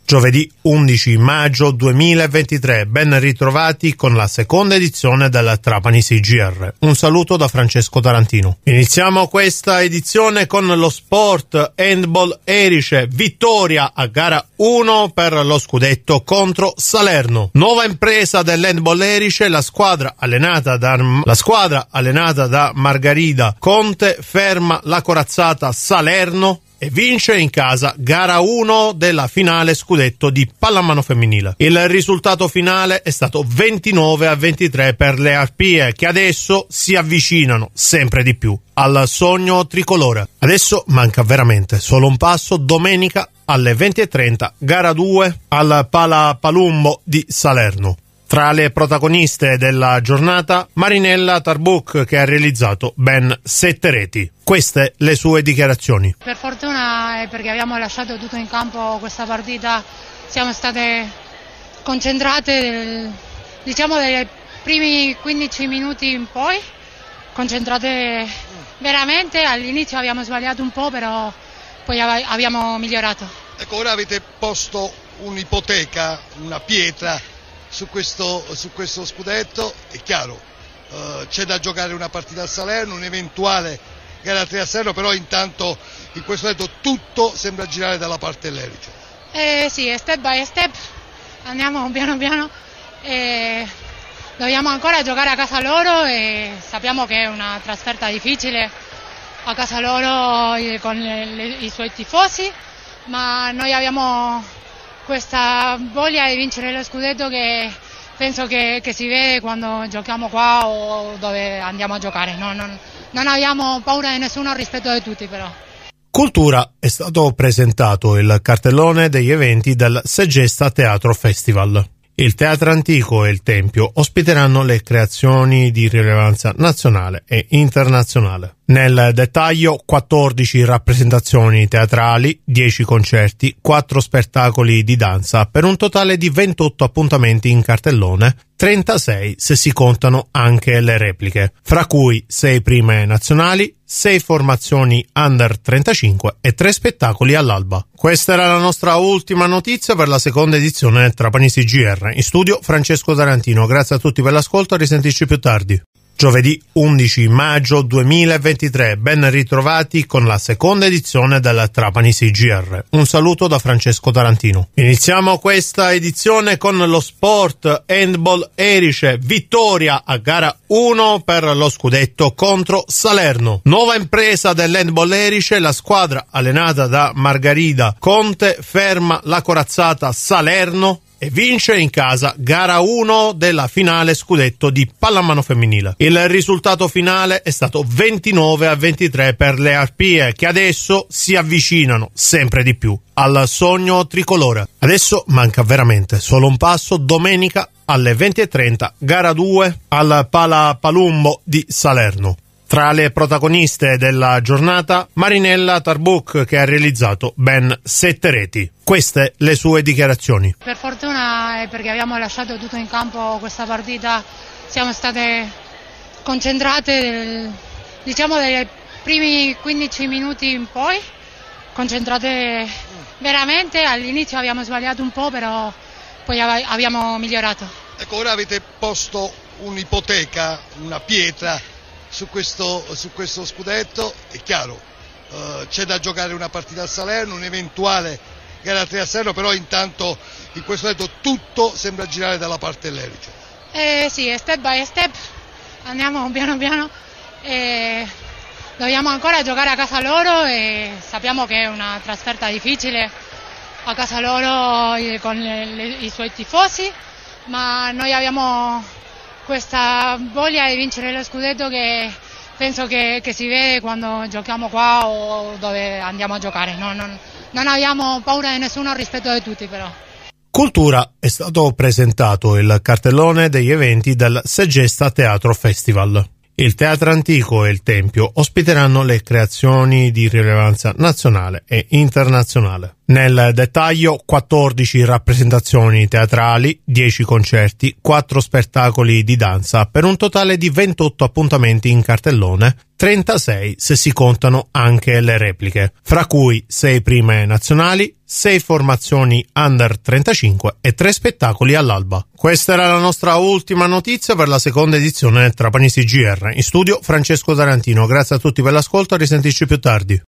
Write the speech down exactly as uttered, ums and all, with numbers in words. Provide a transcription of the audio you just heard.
Giovedì undici maggio duemilaventitré, ben ritrovati con la seconda edizione del Trapani C G R. Un saluto da Francesco Tarantino. Iniziamo questa edizione con lo sport handball Erice, vittoria a gara uno per lo scudetto contro Salerno. Nuova impresa dell'handball Erice, la squadra allenata da, la squadra allenata da Margarida Conte ferma la corazzata Salerno e vince in casa gara uno della finale scudetto di pallamano femminile. Il risultato finale è stato ventinove a ventitré per le Arpie, che adesso si avvicinano sempre di più al sogno tricolore. Adesso manca veramente solo un passo: domenica alle venti e trenta gara due al Pala Palumbo di Salerno. Tra le protagoniste della giornata, Marinella Tarbuc, che ha realizzato ben sette reti. Queste le sue dichiarazioni. Per fortuna e perché abbiamo lasciato tutto in campo questa partita, siamo state concentrate, diciamo, dai primi quindici minuti in poi, concentrate veramente. All'inizio abbiamo sbagliato un po', però poi abbiamo migliorato. Ecco, ora avete posto un'ipoteca, una pietra Su questo, su questo scudetto. È chiaro, uh, c'è da giocare una partita a Salerno, un'eventuale gara tre a Salerno, però intanto in questo momento tutto sembra girare dalla parte dell'Erice. Eh sì, step by step, andiamo piano piano, e dobbiamo ancora giocare a casa loro e sappiamo che è una trasferta difficile a casa loro con le, le, i suoi tifosi, ma noi abbiamo questa voglia di vincere lo scudetto che penso che, che si vede quando giochiamo qua o dove andiamo a giocare. No, non, non abbiamo paura di nessuno, rispetto di tutti però. Cultura è stato presentato il cartellone degli eventi del Segesta Teatro Festival. Il Teatro Antico e il Tempio ospiteranno le creazioni di rilevanza nazionale e internazionale. Nel dettaglio, quattordici rappresentazioni teatrali, dieci concerti, quattro spettacoli di danza, per un totale di ventotto appuntamenti in cartellone, trentasei se si contano anche le repliche, fra cui sei prime nazionali, sei formazioni under trentacinque e tre spettacoli all'alba. Questa era la nostra ultima notizia per la seconda edizione del Trapani C G R. In studio Francesco Tarantino, grazie a tutti per l'ascolto, a risentirci più tardi. Giovedì undici maggio duemilaventitré, ben ritrovati con la seconda edizione del Trapani C G R. Un saluto da Francesco Tarantino. Iniziamo questa edizione con lo sport handball Erice, vittoria a gara uno per lo scudetto contro Salerno. Nuova impresa dell'handball Erice, la squadra allenata da Margarida Conte ferma la corazzata Salerno e vince in casa gara uno della finale scudetto di pallamano femminile. Il risultato finale è stato ventinove a ventitré per le Arpie, che adesso si avvicinano sempre di più al sogno tricolore. Adesso manca veramente solo un passo: domenica alle venti e trenta gara due al Pala Palumbo di Salerno. Tra le protagoniste della giornata, Marinella Tarbuc, che ha realizzato ben sette reti. Queste le sue dichiarazioni. Per fortuna e perché abbiamo lasciato tutto in campo questa partita, siamo state concentrate, diciamo, dai primi quindici minuti in poi, concentrate veramente. All'inizio abbiamo sbagliato un po', però poi abbiamo migliorato. Ecco, ora avete posto un'ipoteca, una pietra Su questo, su questo scudetto. È chiaro, uh, c'è da giocare una partita a Salerno, un'eventuale gara tre a Salerno, però intanto in questo momento tutto sembra girare dalla parte dell'Erice. Eh sì, step by step, andiamo piano piano, e dobbiamo ancora giocare a casa loro e sappiamo che è una trasferta difficile a casa loro con le, le, i suoi tifosi, ma noi abbiamo questa voglia di vincere lo scudetto che penso che, che si vede quando giochiamo qua o dove andiamo a giocare. No, non, non abbiamo paura di nessuno, rispetto di tutti però. Cultura è stato presentato il cartellone degli eventi del Segesta Teatro Festival. Il Teatro Antico e il Tempio ospiteranno le creazioni di rilevanza nazionale e internazionale. Nel dettaglio, quattordici rappresentazioni teatrali, dieci concerti, quattro spettacoli di danza, per un totale di ventotto appuntamenti in cartellone, trentasei se si contano anche le repliche, fra cui sei prime nazionali, sei formazioni under trentacinque e tre spettacoli all'alba. Questa era la nostra ultima notizia per la seconda edizione del Trapani C G R. In studio Francesco Tarantino. Grazie a tutti per l'ascolto, a risentirci più tardi.